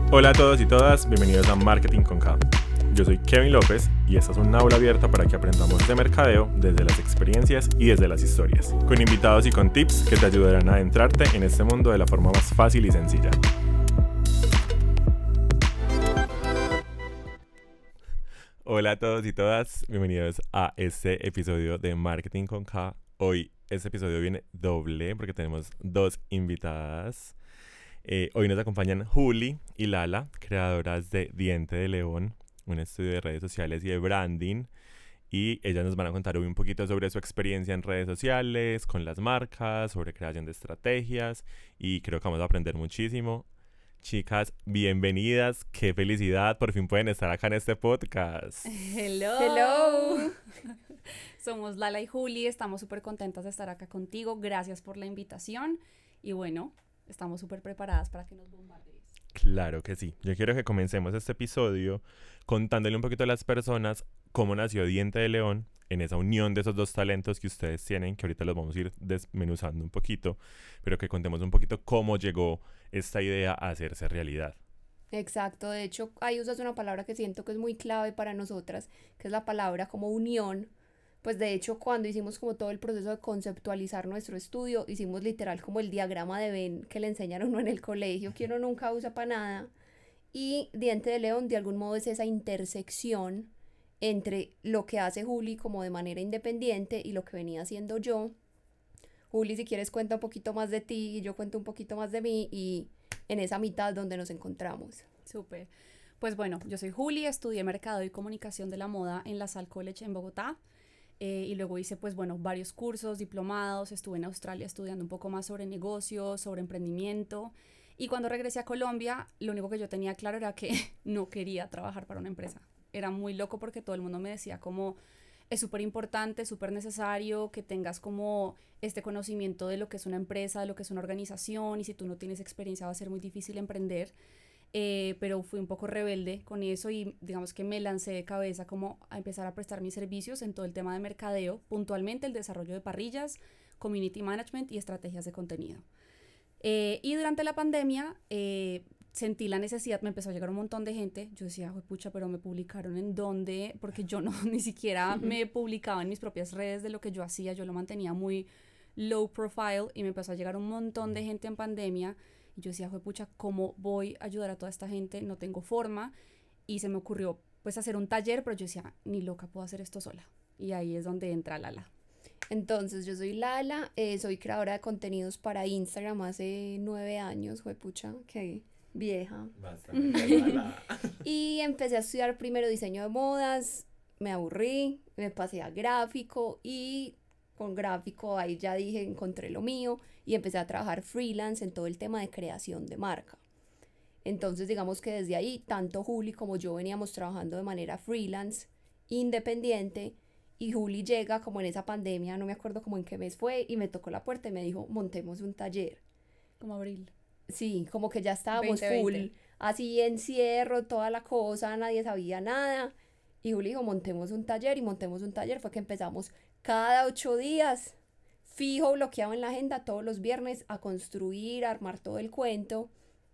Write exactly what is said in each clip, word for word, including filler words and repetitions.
Hola a todos y todas, bienvenidos a Marketing con K. Yo soy Kevin López y esta es una aula abierta para que aprendamos de mercadeo desde las experiencias y desde las historias, con invitados y con tips que te ayudarán a adentrarte en este mundo de la forma más fácil y sencilla. Hola a todos y todas, bienvenidos a este episodio de Marketing con K. Hoy este episodio viene doble porque tenemos dos invitadas. Eh, hoy nos acompañan Juli y Lala, creadoras de Diente de León, un estudio de redes sociales y de branding. Y ellas nos van a contar hoy un poquito sobre su experiencia en redes sociales, con las marcas, sobre creación de estrategias. Y creo que vamos a aprender muchísimo. Chicas, bienvenidas, qué felicidad, por fin pueden estar acá en este podcast. Hello. Hello. Somos Lala y Juli, estamos súper contentas de estar acá contigo, gracias por la invitación y bueno, estamos súper preparadas para que nos bombardees. Claro que sí, yo quiero que comencemos este episodio contándole un poquito a las personas cómo nació Diente de León, en esa unión de esos dos talentos que ustedes tienen, que ahorita los vamos a ir desmenuzando un poquito, pero que contemos un poquito cómo llegó esta idea a hacerse realidad. Exacto, de hecho ahí usas una palabra que siento que es muy clave para nosotras, que es la palabra como unión. Pues de hecho cuando hicimos como todo el proceso de conceptualizar nuestro estudio, hicimos literal como el diagrama de Venn que le enseñaron uno en el colegio, que uno nunca usa para nada. Y Diente de León de algún modo es esa intersección entre lo que hace Juli como de manera independiente y lo que venía haciendo yo. Juli, si quieres cuenta un poquito más de ti y yo cuento un poquito más de mí y en esa mitad donde nos encontramos. Súper. Pues bueno, yo soy Juli, estudié Mercado y Comunicación de la Moda en la Salle College en Bogotá. Eh, y luego hice pues bueno varios cursos, diplomados, estuve en Australia estudiando un poco más sobre negocios, sobre emprendimiento y cuando regresé a Colombia lo único que yo tenía claro era que no quería trabajar para una empresa. Era muy loco porque todo el mundo me decía como es súper importante, súper necesario que tengas como este conocimiento de lo que es una empresa, de lo que es una organización y si tú no tienes experiencia va a ser muy difícil emprender. Eh, pero fui un poco rebelde con eso y digamos que me lancé de cabeza como a empezar a prestar mis servicios en todo el tema de mercadeo, puntualmente el desarrollo de parrillas, community management y estrategias de contenido. Eh, y durante la pandemia eh, sentí la necesidad, me empezó a llegar un montón de gente, yo decía, pucha, pero me publicaron en dónde, porque yo no ni siquiera me publicaba en mis propias redes de lo que yo hacía, yo lo mantenía muy low profile y me empezó a llegar un montón de gente en pandemia. Y yo decía, pucha, ¿cómo voy a ayudar a toda esta gente? No tengo forma. Y se me ocurrió, pues, hacer un taller, pero yo decía, ni loca, puedo hacer esto sola. Y ahí es donde entra Lala. Entonces, yo soy Lala, eh, soy creadora de contenidos para Instagram hace nueve años, juepucha, qué vieja. Bastante, Lala. Y empecé a estudiar primero diseño de modas, me aburrí, me pasé a gráfico y con gráfico ahí ya dije, encontré lo mío y empecé a trabajar freelance en todo el tema de creación de marca. Entonces digamos que desde ahí tanto Juli como yo veníamos trabajando de manera freelance, independiente, y Juli llega como en esa pandemia, no me acuerdo como en qué mes fue, y me tocó la puerta y me dijo, montemos un taller. Como abril. Sí, como que ya estábamos veinte full, veinte. así encierro, toda la cosa, nadie sabía nada. Y Juli dijo, montemos un taller, y montemos un taller, fue que empezamos cada ocho días, fijo, bloqueado en la agenda, todos los viernes, a construir, a armar todo el cuento.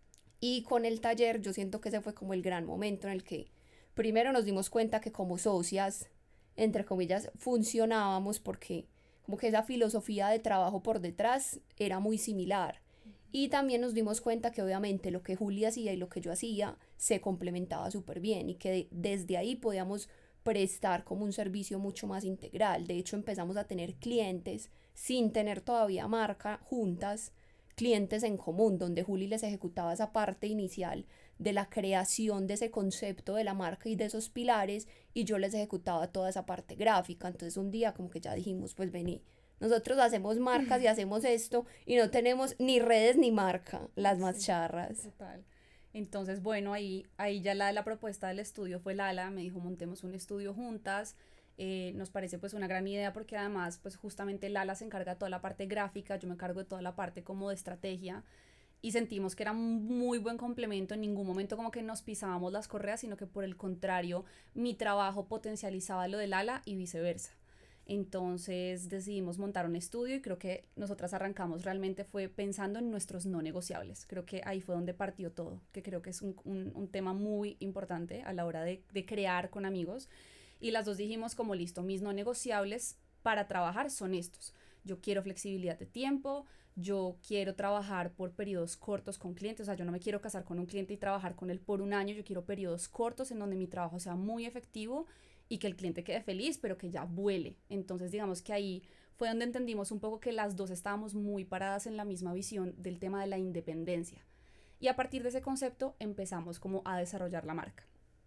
Y con el taller yo siento que ese fue como el gran momento en el que primero nos dimos cuenta que como socias, entre comillas, funcionábamos porque como que esa filosofía de trabajo por detrás era muy similar. Y también nos dimos cuenta que obviamente lo que Juli hacía y lo que yo hacía se complementaba súper bien y que de, desde ahí podíamos prestar como un servicio mucho más integral. De hecho empezamos a tener clientes sin tener todavía marca juntas, clientes en común, donde Juli les ejecutaba esa parte inicial de la creación de ese concepto de la marca y de esos pilares y yo les ejecutaba toda esa parte gráfica. Entonces un día como que ya dijimos, pues vení, nosotros hacemos marcas y hacemos esto y no tenemos ni redes ni marca, las más Sí, charras. Total. Entonces, bueno, ahí, ahí ya la, la propuesta del estudio fue Lala, me dijo, montemos un estudio juntas. Eh, nos parece pues una gran idea porque además pues justamente Lala se encarga de toda la parte gráfica, yo me encargo de toda la parte como de estrategia y sentimos que era un muy buen complemento, en ningún momento como que nos pisábamos las correas, sino que por el contrario mi trabajo potencializaba lo de Lala y viceversa. Entonces decidimos montar un estudio y creo que nosotras arrancamos realmente fue pensando en nuestros no negociables. Creo que ahí fue donde partió todo, que creo que es un, un, un tema muy importante a la hora de, de crear con amigos. Y las dos dijimos como listo, mis no negociables para trabajar son estos. Yo quiero flexibilidad de tiempo, yo quiero trabajar por periodos cortos con clientes, o sea, yo no me quiero casar con un cliente y trabajar con él por un año, yo quiero periodos cortos en donde mi trabajo sea muy efectivo y que el cliente quede feliz, pero que ya vuele. Entonces, digamos que ahí fue donde entendimos un poco que las dos estábamos muy paradas en la misma visión del tema de la independencia. Y a partir de ese concepto empezamos como a desarrollar la marca.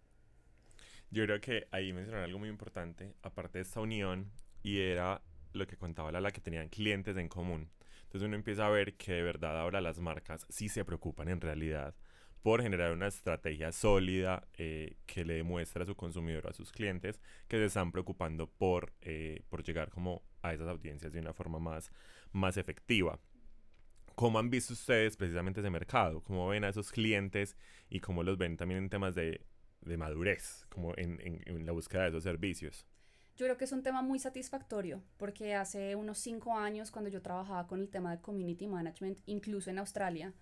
Yo creo que ahí mencionaron algo muy importante, aparte de esta unión, y era lo que contaba Lala, que tenían clientes en común. Entonces uno empieza a ver que de verdad ahora las marcas sí se preocupan en realidad por generar una estrategia sólida eh, que le demuestre a su consumidor, a sus clientes, que se están preocupando por, eh, por llegar como a esas audiencias de una forma más, más efectiva. ¿Cómo han visto ustedes precisamente ese mercado? ¿Cómo ven a esos clientes y cómo los ven también en temas de, de madurez, como en, en, en la búsqueda de esos servicios? Yo creo que es un tema muy satisfactorio porque hace unos cinco años cuando yo trabajaba con el tema de community management, incluso en Australia,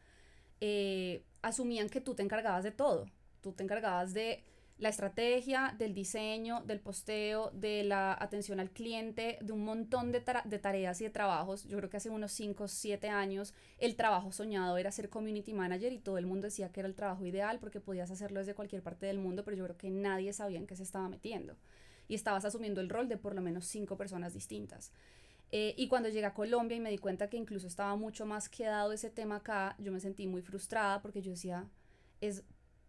eh, asumían que tú te encargabas de todo. Tú te encargabas de la estrategia, del diseño, del posteo, de la atención al cliente, de un montón de, de tareas y de trabajos. Yo creo que hace unos cinco o siete años el trabajo soñado era ser community manager y todo el mundo decía que era el trabajo ideal porque podías hacerlo desde cualquier parte del mundo, pero yo creo que nadie sabía en qué se estaba metiendo. Y estabas asumiendo el rol de por lo menos cinco personas distintas. Eh, y cuando llegué a Colombia y me di cuenta que incluso estaba mucho más quedado ese tema acá, yo me sentí muy frustrada porque yo decía, es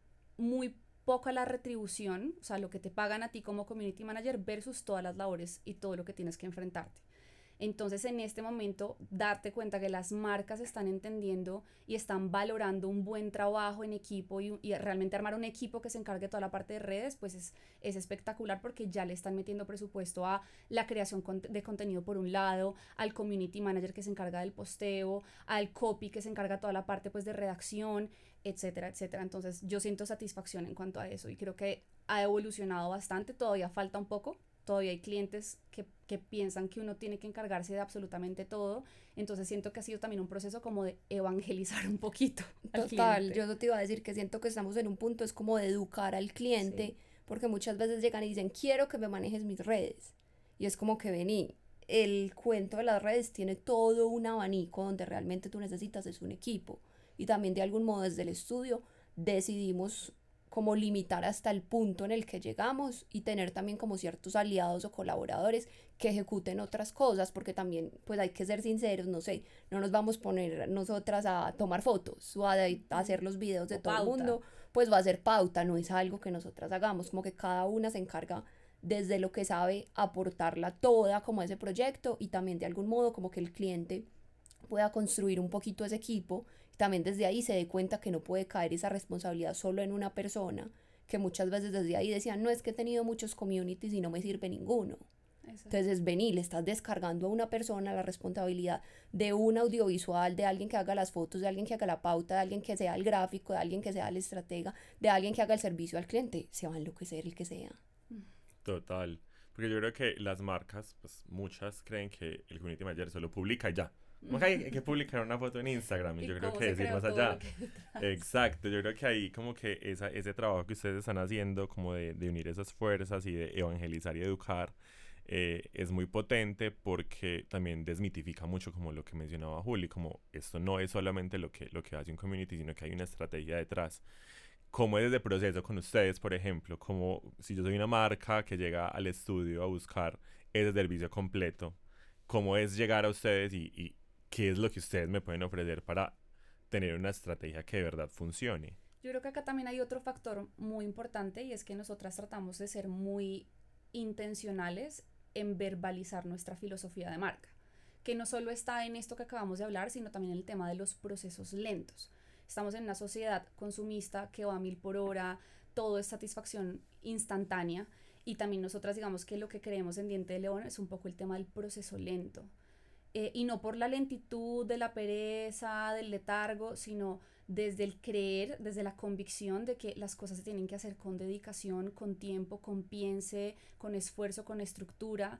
muy poca la retribución, o sea, lo que te pagan a ti como community manager versus todas las labores y todo lo que tienes que enfrentarte. Entonces, en este momento, darte cuenta que las marcas están entendiendo y están valorando un buen trabajo en equipo y, y realmente armar un equipo que se encargue de toda la parte de redes, pues es, es espectacular porque ya le están metiendo presupuesto a la creación de contenido por un lado, al community manager que se encarga del posteo, al copy que se encarga de toda la parte pues de redacción, etcétera, etcétera. Entonces, yo siento satisfacción en cuanto a eso y creo que ha evolucionado bastante, todavía falta un poco. Todavía hay clientes que, que piensan que uno tiene que encargarse de absolutamente todo. Entonces siento que ha sido también un proceso como de evangelizar un poquito al Total, cliente. yo te iba a decir que siento que estamos en un punto, es como de educar al cliente, sí. Porque muchas veces llegan y dicen, quiero que me manejes mis redes. Y es como que vení, el cuento de las redes tiene todo un abanico donde realmente tú necesitas es un equipo. Y también de algún modo desde el estudio decidimos como limitar hasta el punto en el que llegamos y tener también como ciertos aliados o colaboradores que ejecuten otras cosas, porque también pues hay que ser sinceros, no sé, no nos vamos a poner nosotras a tomar fotos o a, a hacer los videos de o todo pauta. El mundo, pues va a ser pauta, no es algo que nosotras hagamos, como que cada una se encarga desde lo que sabe aportarla toda como a ese proyecto y también de algún modo como que el cliente pueda construir un poquito ese equipo. También desde ahí se dé cuenta que no puede caer esa responsabilidad solo en una persona, que muchas veces desde ahí decían, no, es que he tenido muchos communities y no me sirve ninguno. Exacto. Entonces vení, le estás descargando a una persona la responsabilidad de un audiovisual, de alguien que haga las fotos, de alguien que haga la pauta, de alguien que sea el gráfico, de alguien que sea el estratega, de alguien que haga el servicio al cliente. Se va a enloquecer el que sea. Total, porque yo creo que las marcas, pues muchas creen que el community manager solo publica y ya. Hay que publicar una foto en Instagram y, y yo creo que es ir más allá. Exacto, yo creo que ahí como que esa, ese trabajo que ustedes están haciendo como de, de unir esas fuerzas y de evangelizar y educar eh, es muy potente porque también desmitifica mucho como lo que mencionaba Juli, como esto no es solamente lo que, lo que hace un community, sino que hay una estrategia detrás. ¿Cómo es ese proceso con ustedes, por ejemplo? Como si yo soy una marca que llega al estudio a buscar ese servicio completo, ¿cómo es llegar a ustedes y, y qué es lo que ustedes me pueden ofrecer para tener una estrategia que de verdad funcione? Yo creo que acá también hay otro factor muy importante y es que nosotras tratamos de ser muy intencionales en verbalizar nuestra filosofía de marca, que no solo está en esto que acabamos de hablar, sino también en el tema de los procesos lentos. Estamos en una sociedad consumista que va a mil por hora, todo es satisfacción instantánea y también nosotras digamos que lo que creemos en Diente de León es un poco el tema del proceso lento. Eh, y no por la lentitud de la pereza, del letargo, sino desde el creer, desde la convicción de que las cosas se tienen que hacer con dedicación, con tiempo, con piense, con esfuerzo, con estructura.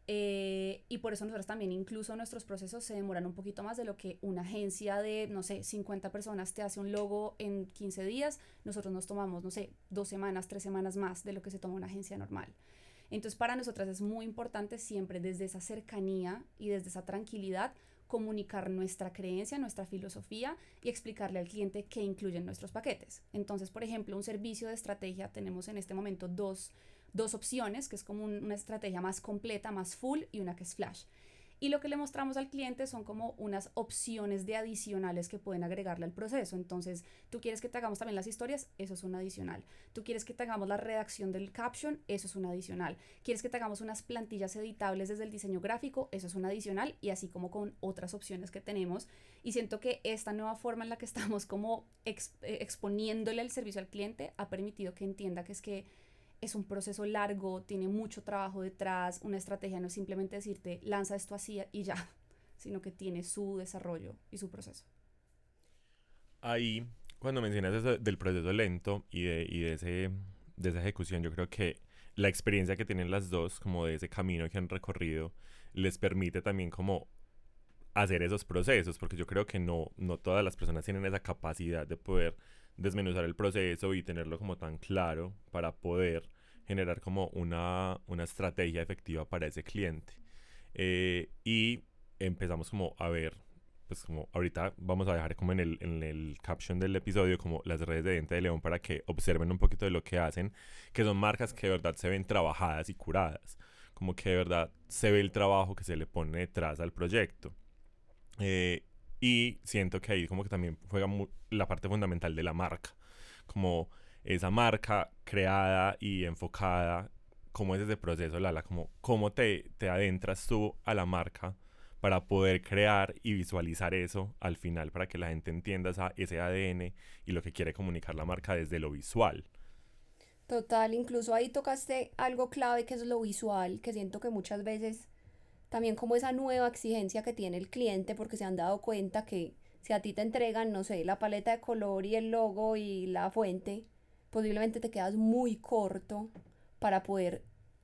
Eh, y por eso nosotros también, incluso nuestros procesos se demoran un poquito más de lo que una agencia de, no sé, cincuenta personas te hace un logo en quince días. Nosotros nos tomamos, no sé, dos semanas, tres semanas más de lo que se toma una agencia normal. Entonces, para nosotras es muy importante siempre desde esa cercanía y desde esa tranquilidad comunicar nuestra creencia, nuestra filosofía y explicarle al cliente qué incluyen nuestros paquetes. Entonces, por ejemplo, un servicio de estrategia, tenemos en este momento dos, dos opciones, que es como un, una estrategia más completa, más full, y una que es flash. Y lo que le mostramos al cliente son como unas opciones de adicionales que pueden agregarle al proceso. Entonces, tú quieres que te hagamos también las historias, eso es un adicional. Tú quieres que te hagamos la redacción del caption, eso es un adicional. Quieres que te hagamos unas plantillas editables desde el diseño gráfico, eso es un adicional, y así como con otras opciones que tenemos. Y siento que esta nueva forma en la que estamos como exp exponiéndole el servicio al cliente ha permitido que entienda que es que es un proceso largo, tiene mucho trabajo detrás, una estrategia no es simplemente decirte lanza esto así y ya, sino que tiene su desarrollo y su proceso. Ahí, cuando mencionas eso del proceso lento y de, y de, ese, de esa ejecución, yo creo que la experiencia que tienen las dos, como de ese camino que han recorrido, les permite también como hacer esos procesos, porque yo creo que no, no todas las personas tienen esa capacidad de poder desmenuzar el proceso y tenerlo como tan claro para poder generar como una, una estrategia efectiva para ese cliente. Eh, y empezamos como a ver, pues como ahorita vamos a dejar como en el, en el caption del episodio como las redes de Diente de León para que observen un poquito de lo que hacen, que son marcas que de verdad se ven trabajadas y curadas, como que de verdad se ve el trabajo que se le pone detrás al proyecto. Eh, y siento que ahí como que también juega la parte fundamental de la marca, como esa marca creada y enfocada, cómo es ese proceso, Lala, como cómo te, te adentras tú a la marca para poder crear y visualizar eso al final, para que la gente entienda esa, ese A D N y lo que quiere comunicar la marca desde lo visual. Total, incluso ahí tocaste algo clave que es lo visual, que siento que muchas veces también como esa nueva exigencia que tiene el cliente, porque se han dado cuenta que si a ti te entregan, no sé, la paleta de color y el logo y la fuente, posiblemente te quedas muy corto para poder,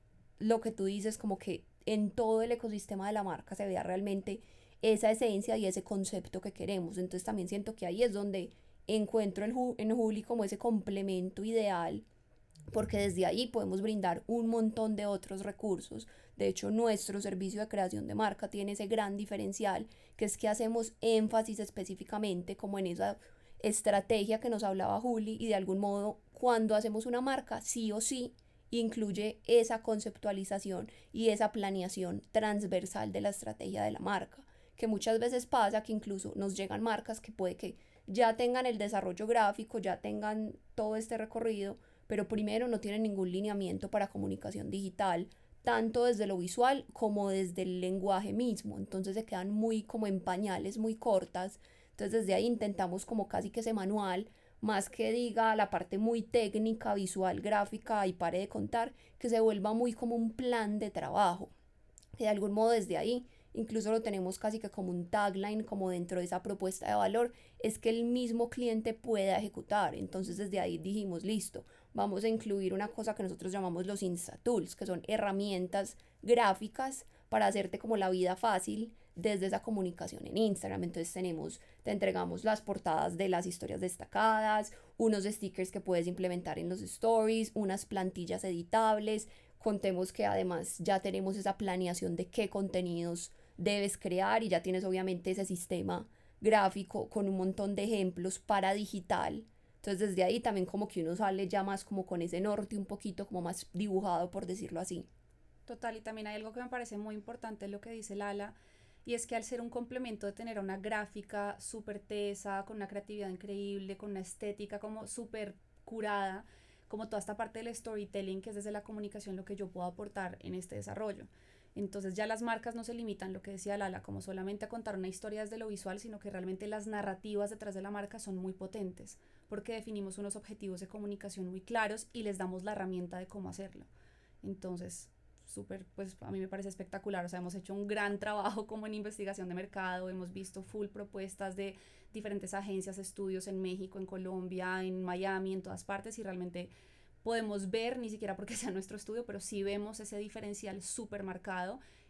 lo que tú dices, como que en todo el ecosistema de la marca se vea realmente esa esencia y ese concepto que queremos. Entonces también siento que ahí es donde encuentro el, en Juli como ese complemento ideal, porque desde ahí podemos brindar un montón de otros recursos. De hecho, nuestro servicio de creación de marca tiene ese gran diferencial, que es que hacemos énfasis específicamente como en esa estrategia que nos hablaba Juli, y de algún modo cuando hacemos una marca sí o sí incluye esa conceptualización y esa planeación transversal de la estrategia de la marca, que muchas veces pasa que incluso nos llegan marcas que puede que ya tengan el desarrollo gráfico, ya tengan todo este recorrido, pero primero no tienen ningún lineamiento para comunicación digital, tanto desde lo visual como desde el lenguaje mismo. Entonces se quedan muy como en pañales, muy cortas. Entonces desde ahí intentamos como casi que ese manual, más que diga la parte muy técnica, visual, gráfica y pare de contar, que se vuelva muy como un plan de trabajo. Que de algún modo desde ahí, incluso lo tenemos casi que como un tagline, como dentro de esa propuesta de valor, es que el mismo cliente pueda ejecutar. Entonces desde ahí dijimos, listo, vamos a incluir una cosa que nosotros llamamos los Insta Tools, que son herramientas gráficas para hacerte como la vida fácil desde esa comunicación en Instagram. Entonces tenemos, te entregamos las portadas de las historias destacadas, unos stickers que puedes implementar en los stories, unas plantillas editables. Contemos que además ya tenemos esa planeación de qué contenidos debes crear y ya tienes obviamente ese sistema gráfico con un montón de ejemplos para digital. Entonces desde ahí también como que uno sale ya más como con ese norte un poquito como más dibujado, por decirlo así. Total, y también hay algo que me parece muy importante, lo que dice Lala, y es que al ser un complemento de tener una gráfica súper tesa, con una creatividad increíble, con una estética como súper curada, como toda esta parte del storytelling, que es desde la comunicación lo que yo puedo aportar en este desarrollo. Entonces ya las marcas no se limitan, lo que decía Lala, como solamente a contar una historia desde lo visual, sino que realmente las narrativas detrás de la marca son muy potentes, porque definimos unos objetivos de comunicación muy claros y les damos la herramienta de cómo hacerlo. Entonces, súper, pues a mí me parece espectacular. O sea, hemos hecho un gran trabajo como en investigación de mercado, hemos visto full propuestas de diferentes agencias, estudios en México, en Colombia, en Miami, en todas partes, y realmente podemos ver, ni siquiera porque sea nuestro estudio, pero sí vemos ese diferencial súper marcado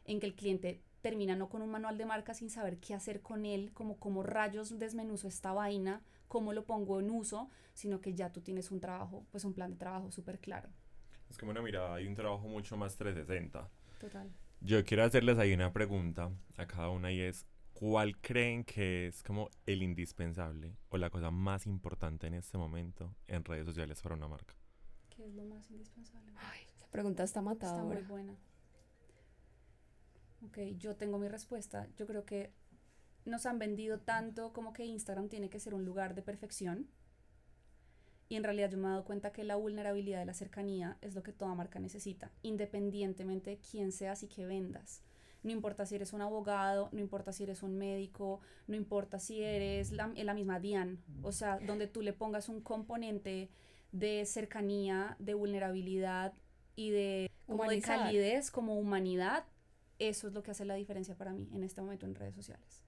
en que el cliente termina no con un manual de marca sin saber qué hacer con él, como cómo rayos desmenuzo esta vaina, cómo lo pongo en uso, sino que ya tú tienes un trabajo, pues un plan de trabajo súper claro. Es como una mirada y un trabajo mucho más trescientos sesenta. Total. Yo quiero hacerles ahí una pregunta a cada una y es, ¿cuál creen que es como el indispensable o la cosa más importante en este momento en redes sociales para una marca? ¿Qué es lo más indispensable? Ay, esa pregunta está matadora. Está muy buena. Ok, yo tengo mi respuesta. Yo creo que nos han vendido tanto como que Instagram tiene que ser un lugar de perfección. Y en realidad yo me he dado cuenta que la vulnerabilidad de la cercanía es lo que toda marca necesita, independientemente de quién seas y qué vendas. No importa si eres un abogado, no importa si eres un médico, no importa si eres la, la misma Diane. O sea, donde tú le pongas un componente de cercanía, de vulnerabilidad y de, como de calidez, como humanidad, eso es lo que hace la diferencia para mí en este momento en redes sociales.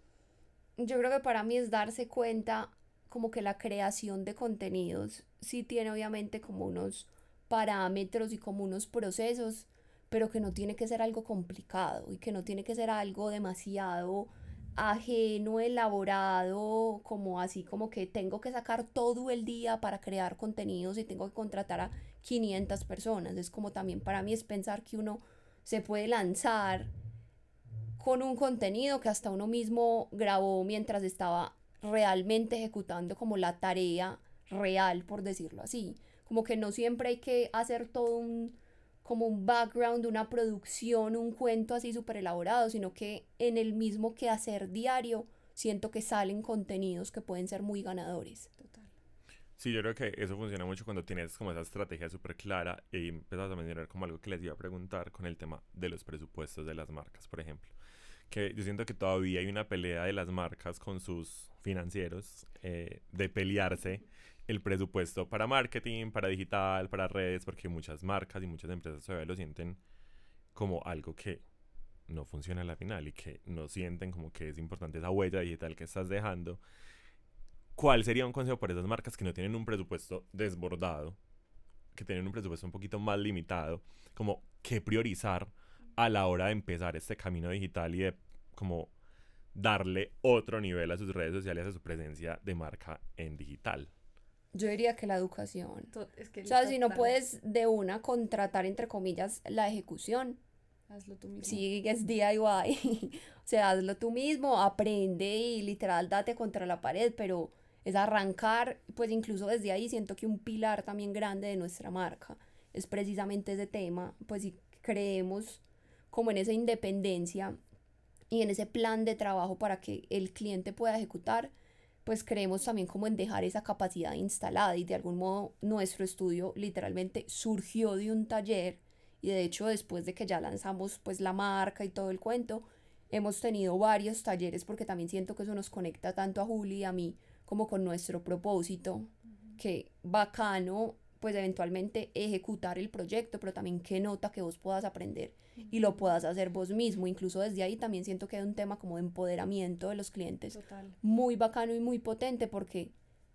Yo creo que para mí es darse cuenta como que la creación de contenidos sí tiene obviamente como unos parámetros y como unos procesos, pero que no tiene que ser algo complicado y que no tiene que ser algo demasiado ajeno, elaborado, como así como que tengo que sacar todo el día para crear contenidos y tengo que contratar a quinientas personas. Es como también para mí es pensar que uno se puede lanzar con un contenido que hasta uno mismo grabó mientras estaba realmente ejecutando como la tarea real, por decirlo así. Como que no siempre hay que hacer todo un, como un background, una producción, un cuento así súper elaborado, sino que en el mismo quehacer diario siento que salen contenidos que pueden ser muy ganadores. Total. Sí, yo creo que eso funciona mucho cuando tienes como esa estrategia súper clara y empiezas a mencionar como algo que les iba a preguntar con el tema de los presupuestos de las marcas, por ejemplo. Que yo siento que todavía hay una pelea de las marcas con sus financieros eh, de pelearse el presupuesto para marketing, para digital, para redes, porque muchas marcas y muchas empresas todavía lo sienten como algo que no funciona a la final y que no sienten como que es importante esa huella digital que estás dejando. ¿Cuál sería un consejo para esas marcas que no tienen un presupuesto desbordado, que tienen un presupuesto un poquito más limitado, como qué priorizar a la hora de empezar este camino digital y de como darle otro nivel a sus redes sociales, a su presencia de marca en digital? Yo diría que la educación. Es que o sea, si no puedes de una contratar, entre comillas, la ejecución, hazlo tú mismo. Sí, es D I Y. O sea, hazlo tú mismo, aprende y literal date contra la pared, pero es arrancar, pues incluso desde ahí siento que un pilar también grande de nuestra marca es precisamente ese tema, pues si creemos como en esa independencia y en ese plan de trabajo para que el cliente pueda ejecutar, pues creemos también como en dejar esa capacidad instalada y de algún modo nuestro estudio literalmente surgió de un taller y de hecho después de que ya lanzamos pues la marca y todo el cuento, hemos tenido varios talleres porque también siento que eso nos conecta tanto a Juli y a mí como con nuestro propósito, uh-huh. que bacano pues eventualmente ejecutar el proyecto, pero también qué nota que vos puedas aprender uh-huh. y lo puedas hacer vos mismo. Incluso desde ahí también siento que hay un tema como de empoderamiento de los clientes. Total. Muy bacano y muy potente porque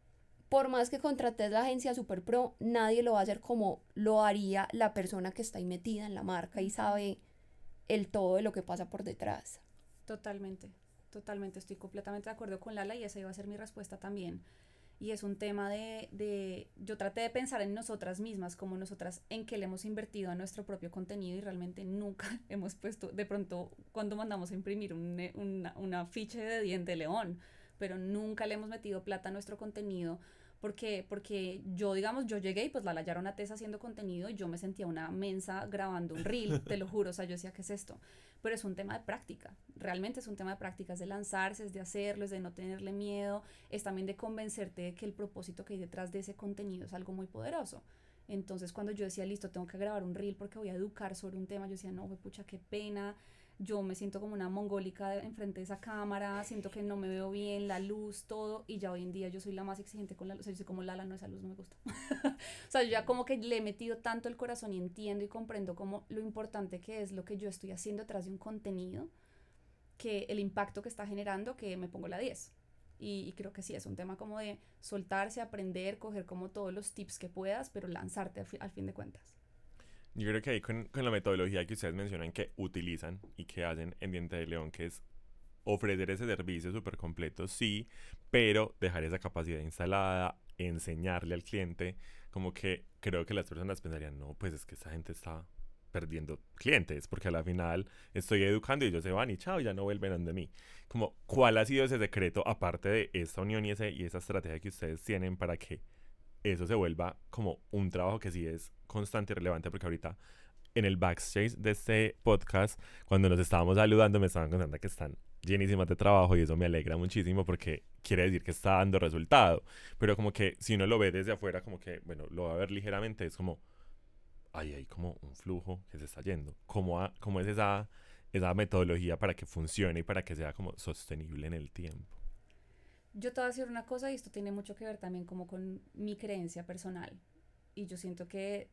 por más que contrates la agencia Super Pro, nadie lo va a hacer como lo haría la persona que está ahí metida en la marca y sabe el todo de lo que pasa por detrás. Totalmente, totalmente, estoy completamente de acuerdo con Lala y esa iba a ser mi respuesta también. Y es un tema de, de, yo traté de pensar en nosotras mismas, como nosotras en qué le hemos invertido a nuestro propio contenido y realmente nunca hemos puesto, de pronto cuando mandamos a imprimir un, una, una afiche de diente león, pero nunca le hemos metido plata a nuestro contenido. Porque, porque yo, digamos, yo llegué y pues Lala ya era una tesa haciendo contenido y yo me sentía una mensa grabando un reel, te lo juro, o sea, yo decía, ¿qué es esto? Pero es un tema de práctica, realmente es un tema de práctica, es de lanzarse, es de hacerlo, es de no tenerle miedo, es también de convencerte de que el propósito que hay detrás de ese contenido es algo muy poderoso. Entonces, cuando yo decía, listo, tengo que grabar un reel porque voy a educar sobre un tema, yo decía, no, pucha, qué pena, yo me siento como una mongólica de, enfrente de esa cámara, siento que no me veo bien, la luz, todo, y ya hoy en día yo soy la más exigente con la luz, o sea, yo soy como Lala, no, esa luz no me gusta. O sea, yo ya como que le he metido tanto el corazón y entiendo y comprendo como lo importante que es lo que yo estoy haciendo detrás de un contenido, que el impacto que está generando, que me pongo la diez. Y, y creo que sí, es un tema como de soltarse, aprender, coger como todos los tips que puedas, pero lanzarte al, fi- al fin de cuentas. Yo creo que ahí con, con la metodología que ustedes mencionan que utilizan y que hacen en Diente de León, que es ofrecer ese servicio súper completo, sí, pero dejar esa capacidad instalada, enseñarle al cliente, como que creo que las personas pensarían, no, pues es que esta gente está perdiendo clientes, porque a la final estoy educando y ellos se van y chao, ya no vuelven ante mí. Como, ¿cuál ha sido ese secreto, aparte de esta unión y, ese, y esa estrategia que ustedes tienen para que eso se vuelva como un trabajo que sí es constante y relevante? Porque ahorita en el backstage de este podcast, cuando nos estábamos saludando, me estaban contando que están llenísimas de trabajo y eso me alegra muchísimo porque quiere decir que está dando resultado. Pero como que si uno lo ve desde afuera, como que, bueno, lo va a ver ligeramente, es como, ay, hay como un flujo que se está yendo. ¿Cómo, a, cómo es esa, esa metodología para que funcione y para que sea como sostenible en el tiempo? Yo te voy a decir una cosa y esto tiene mucho que ver también como con mi creencia personal. Y yo siento que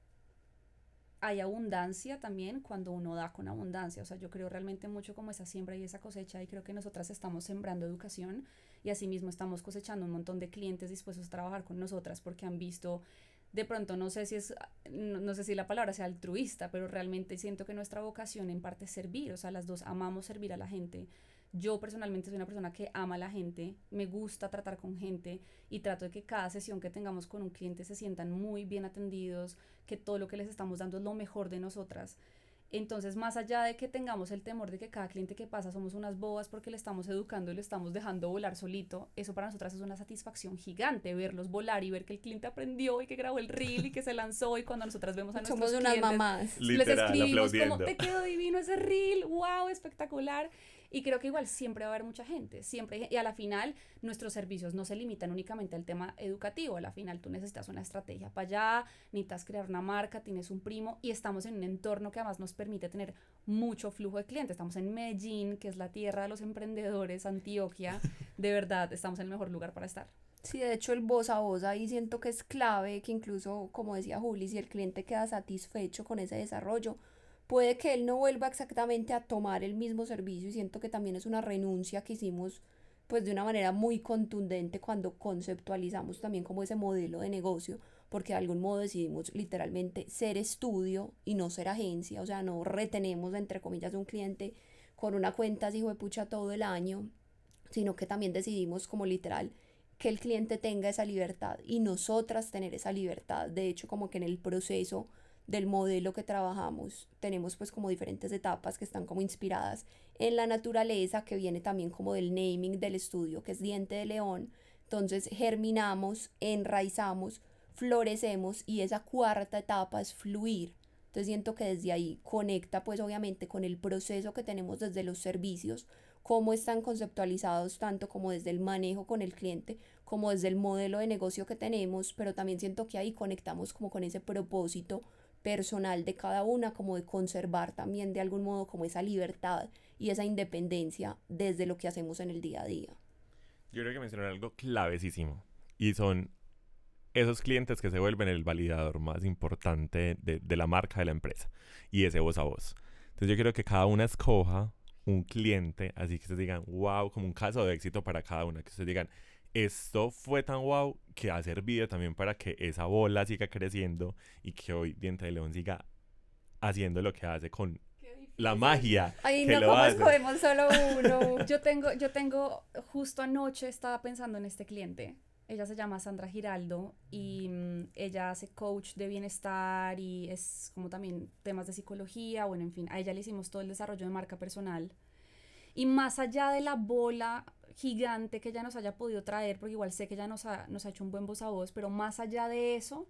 hay abundancia también cuando uno da con abundancia. O sea, yo creo realmente mucho como esa siembra y esa cosecha y creo que nosotras estamos sembrando educación y asimismo estamos cosechando un montón de clientes dispuestos a trabajar con nosotras porque han visto, de pronto no sé si es, no, no sé si la palabra sea altruista, pero realmente siento que nuestra vocación en parte es servir. O sea, las dos amamos servir a la gente. Yo personalmente soy una persona que ama a la gente, me gusta tratar con gente y trato de que cada sesión que tengamos con un cliente se sientan muy bien atendidos, que todo lo que les estamos dando es lo mejor de nosotras. Entonces, más allá de que tengamos el temor de que cada cliente que pasa somos unas bobas porque le estamos educando y le estamos dejando volar solito, eso para nosotras es una satisfacción gigante, verlos volar y ver que el cliente aprendió y que grabó el reel y que se lanzó, y cuando nosotras vemos a nuestros Somos unas clientes, mamás. les Literal, escribimos como, aplaudiendo. te quedó divino ese reel, wow, espectacular. Y creo que igual siempre va a haber mucha gente, siempre, y a la final nuestros servicios no se limitan únicamente al tema educativo, a la final tú necesitas una estrategia para allá, necesitas crear una marca, tienes un primo y estamos en un entorno que además nos permite tener mucho flujo de clientes. Estamos en Medellín, que es la tierra de los emprendedores, Antioquia, de verdad estamos en el mejor lugar para estar. Sí, de hecho el voz a voz ahí siento que es clave, que incluso, como decía Juli, si el cliente queda satisfecho con ese desarrollo, puede que él no vuelva exactamente a tomar el mismo servicio, y siento que también es una renuncia que hicimos pues de una manera muy contundente cuando conceptualizamos también como ese modelo de negocio, porque de algún modo decidimos literalmente ser estudio y no ser agencia. O sea, no retenemos entre comillas un cliente con una cuenta así de pucha todo el año, sino que también decidimos como literal que el cliente tenga esa libertad y nosotras tener esa libertad. De hecho, como que en el proceso del modelo que trabajamos tenemos pues como diferentes etapas que están como inspiradas en la naturaleza, que viene también como del naming del estudio, que es Diente de León. Entonces germinamos, enraizamos, florecemos, y esa cuarta etapa es fluir. Entonces siento que desde ahí conecta pues obviamente con el proceso que tenemos desde los servicios, cómo están conceptualizados tanto como desde el manejo con el cliente, como desde el modelo de negocio que tenemos, pero también siento que ahí conectamos como con ese propósito personal de cada una, como de conservar también de algún modo como esa libertad y esa independencia desde lo que hacemos en el día a día. Yo creo que mencionaron algo clavecísimo y son esos clientes que se vuelven el validador más importante de, de la marca de la empresa y ese voz a voz. Entonces yo quiero que cada una escoja un cliente, así que ustedes digan, wow, como un caso de éxito para cada una, que ustedes digan, esto fue tan wow que ha servido también para que esa bola siga creciendo y que hoy Diente de León siga haciendo lo que hace con la magia. Ay, que no, lo ¿cómo hace. escogemos solo uno? Yo tengo, yo tengo, justo anoche estaba pensando en este cliente. Ella se llama Sandra Giraldo y mm, ella hace coach de bienestar y es como también temas de psicología. Bueno, en fin, a ella le hicimos todo el desarrollo de marca personal. Y más allá de la bola gigante que ella nos haya podido traer, porque igual sé que ella nos ha, nos ha hecho un buen voz a voz, pero más allá de eso,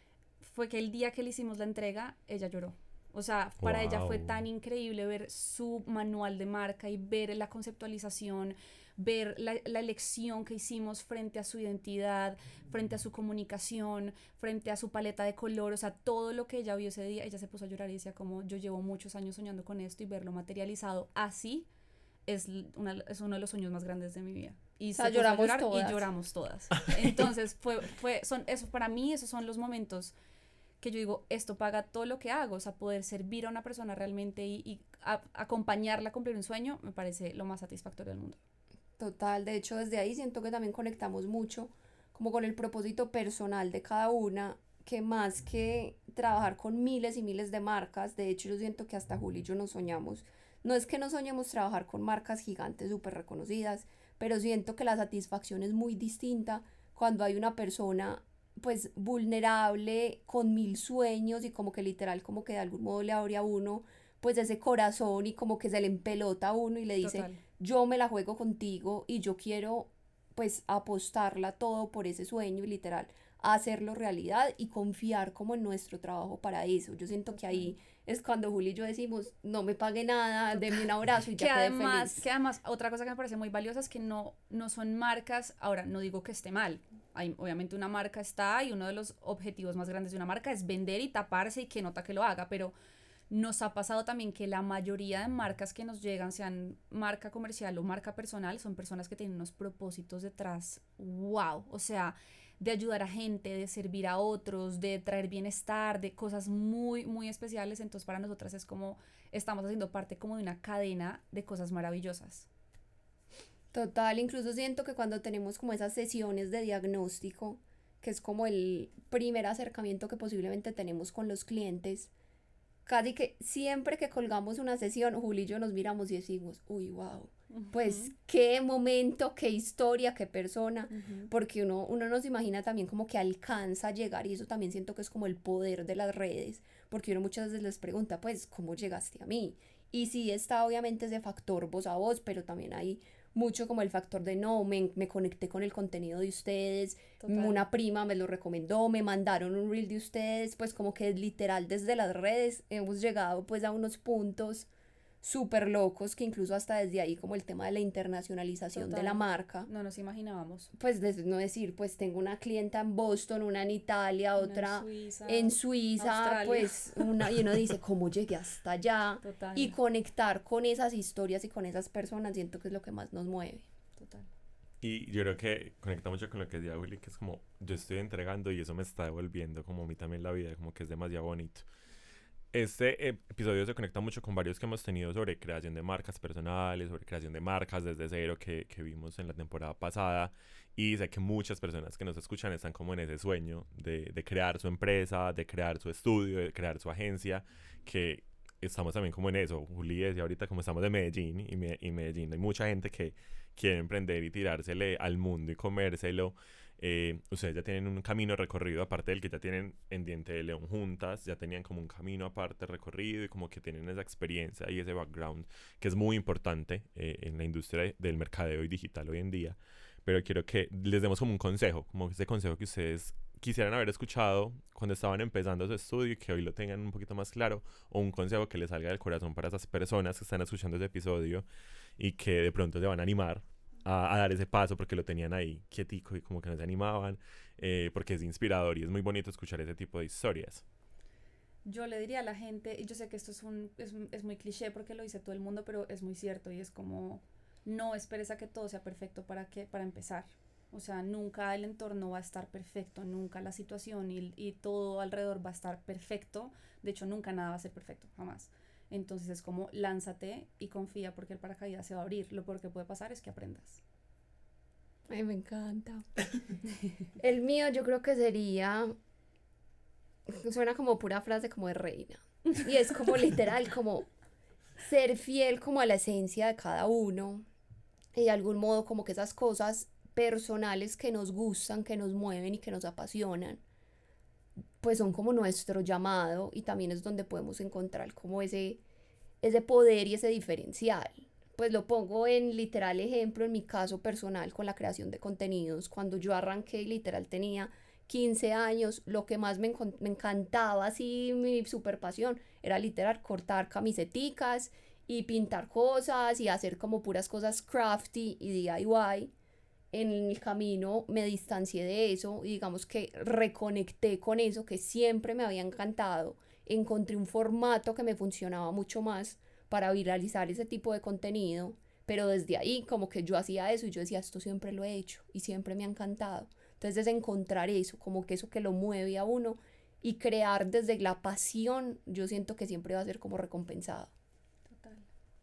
fue que el día que le hicimos la entrega, ella lloró. O sea, para Wow. ella fue tan increíble ver su manual de marca y ver la conceptualización, ver la, la elección que hicimos frente a su identidad, frente a su comunicación, frente a su paleta de color. O sea, todo lo que ella vio ese día, ella se puso a llorar y decía como, yo llevo muchos años soñando con esto, y verlo materializado así es, una, es uno de los sueños más grandes de mi vida. Y O sea, se puso a lloramos llorar todas. y lloramos todas. Entonces, fue, fue, son, eso, para mí esos son los momentos que yo digo, esto paga todo lo que hago. O sea, poder servir a una persona realmente y, y a, acompañarla a cumplir un sueño, me parece lo más satisfactorio del mundo. Total, de hecho desde ahí siento que también conectamos mucho como con el propósito personal de cada una, que más que trabajar con miles y miles de marcas, de hecho yo siento que hasta Juli y yo nos soñamos, no es que no soñemos trabajar con marcas gigantes súper reconocidas, pero siento que la satisfacción es muy distinta cuando hay una persona pues vulnerable, con mil sueños y como que literal como que de algún modo le abre a uno pues ese corazón y como que se le empelota a uno y le dice, Total. yo me la juego contigo y yo quiero pues apostarla todo por ese sueño y literal hacerlo realidad y confiar como en nuestro trabajo para eso. Yo siento que ahí es cuando Juli y yo decimos, no me pague nada, deme un abrazo y Que ya quedé además, feliz. que además, otra cosa que me parece muy valiosa es que no, no son marcas, ahora no digo que esté mal, hay, obviamente una marca está y uno de los objetivos más grandes de una marca es vender y taparse y que nota que lo haga, pero nos ha pasado también que la mayoría de marcas que nos llegan, sean marca comercial o marca personal, son personas que tienen unos propósitos detrás, wow, o sea, de ayudar a gente, de servir a otros, de traer bienestar, de cosas muy, muy especiales. Entonces para nosotras es como, estamos haciendo parte como de una cadena de cosas maravillosas. Total, incluso siento que cuando tenemos como esas sesiones de diagnóstico, que es como el primer acercamiento que posiblemente tenemos con los clientes, casi que siempre que colgamos una sesión, Juli y yo nos miramos y decimos, uy, wow, pues Ujú, qué momento, qué historia, qué persona, ujú. porque uno, uno nos imagina también como que alcanza a llegar y eso también siento que es como el poder de las redes, porque uno muchas veces les pregunta, pues, ¿cómo llegaste a mí? Y sí está obviamente ese factor voz a voz, pero también hay mucho como el factor de no, me, me conecté con el contenido de ustedes, Total. una prima me lo recomendó, me mandaron un reel de ustedes, pues como que literal desde las redes hemos llegado pues a unos puntos súper locos que incluso hasta desde ahí como el tema de la internacionalización de la Total. marca, No nos imaginábamos. pues de no decir pues tengo una clienta en Boston, una en Italia, Una en otra Suiza, en Suiza, Australia. pues una y uno dice cómo llegué hasta allá Total, y conectar con esas historias y con esas personas siento que es lo que más nos mueve. total. Y yo creo que conecta mucho con lo que decía Willy, que es como yo estoy entregando y eso me está devolviendo como a mí también la vida, como que es demasiado bonito. Este eh, episodio se conecta mucho con varios que hemos tenido sobre creación de marcas personales, sobre creación de marcas desde cero que, que vimos en la temporada pasada. Y sé que muchas personas que nos escuchan están como en ese sueño de, de crear su empresa, de crear su estudio, de crear su agencia, que estamos también como en eso. Juli decía ahorita como estamos de Medellín y, me, y Medellín hay mucha gente que quiere emprender y tirársele al mundo y comérselo. Eh, ustedes ya tienen un camino recorrido, aparte del que ya tienen en Diente de León juntas, ya tenían como un camino aparte recorrido y como que tienen esa experiencia y ese background que es muy importante eh, en la industria del mercadeo y digital hoy en día. Pero quiero que les demos como un consejo, como ese consejo que ustedes quisieran haber escuchado cuando estaban empezando su estudio y que hoy lo tengan un poquito más claro, o un consejo que les salga del corazón para esas personas que están escuchando ese episodio y que de pronto se van a animar a, a dar ese paso porque lo tenían ahí quietico y como que no se animaban, eh, porque es inspirador y es muy bonito escuchar ese tipo de historias. Yo le diría a la gente, y yo sé que esto es, un, es, es muy cliché porque lo dice todo el mundo, pero es muy cierto y es como, no esperes a que todo sea perfecto para, que, para empezar. O sea, nunca el entorno va a estar perfecto, nunca la situación y, y todo alrededor va a estar perfecto. De hecho, nunca nada va a ser perfecto, jamás. Entonces es como lánzate y confía porque el paracaídas se va a abrir. Lo peor que puede pasar es que aprendas. Ay, me encanta. El mío yo creo que sería, suena como pura frase como de reina. Y es como literal, como ser fiel como a la esencia de cada uno. Y de algún modo como que esas cosas personales que nos gustan, que nos mueven y que nos apasionan, pues son como nuestro llamado y también es donde podemos encontrar como ese, ese poder y ese diferencial. Pues lo pongo en literal ejemplo en mi caso personal con la creación de contenidos. Cuando yo arranqué, literal tenía quince años, lo que más me, me encantaba, así mi super pasión, era literal cortar camiseticas y pintar cosas y hacer como puras cosas crafty y D I Y. En el camino me distancié de eso y digamos que reconecté con eso que siempre me había encantado. Encontré un formato que me funcionaba mucho más para viralizar ese tipo de contenido, pero desde ahí como que yo hacía eso y yo decía, esto siempre lo he hecho y siempre me ha encantado. Entonces es encontrar eso, como que eso que lo mueve a uno y crear desde la pasión, yo siento que siempre va a ser como recompensado. Total.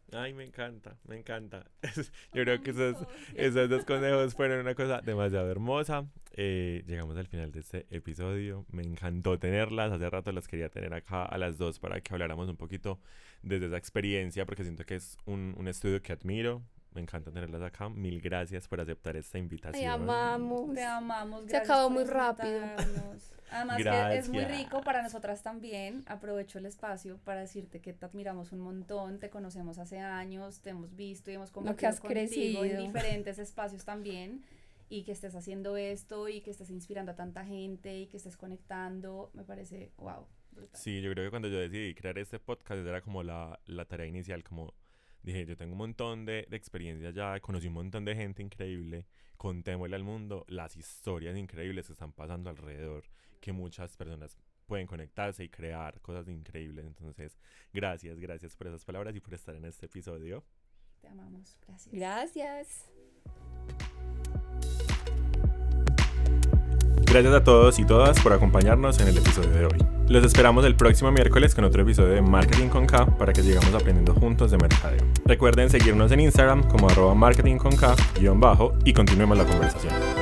Ay, me encanta, me encanta. Yo creo que esos, esos dos consejos fueron una cosa demasiado hermosa. Eh, llegamos al final de este episodio. Me encantó tenerlas. Hace rato las quería tener acá a las dos para que habláramos un poquito desde esa experiencia, porque siento que es un, un estudio que admiro. Me encanta tenerlas acá. Mil gracias por aceptar esta invitación. Te amamos. Te amamos. Se acabó muy rápido. Además que es muy rico para nosotras también. Aprovecho el espacio para decirte que te admiramos un montón, te conocemos hace años, te hemos visto y hemos compartido contigo crecido. en diferentes espacios también, y que estés haciendo esto y que estés inspirando a tanta gente y que estés conectando, me parece wow, brutal. Sí, yo creo que cuando yo decidí crear este podcast era como la, la tarea inicial, como dije, yo tengo un montón de, de experiencia ya, conocí un montón de gente increíble, contémosle al mundo las historias increíbles que están pasando alrededor, que muchas personas pueden conectarse y crear cosas increíbles. Entonces, gracias, gracias por esas palabras y por estar en este episodio. Te amamos, gracias. Gracias. Gracias a todos y todas por acompañarnos en el episodio de hoy. Los esperamos el próximo miércoles con otro episodio de Marketing con K para que sigamos aprendiendo juntos de mercadeo. Recuerden seguirnos en Instagram como arroba marketing con K guión bajo y continuemos la conversación.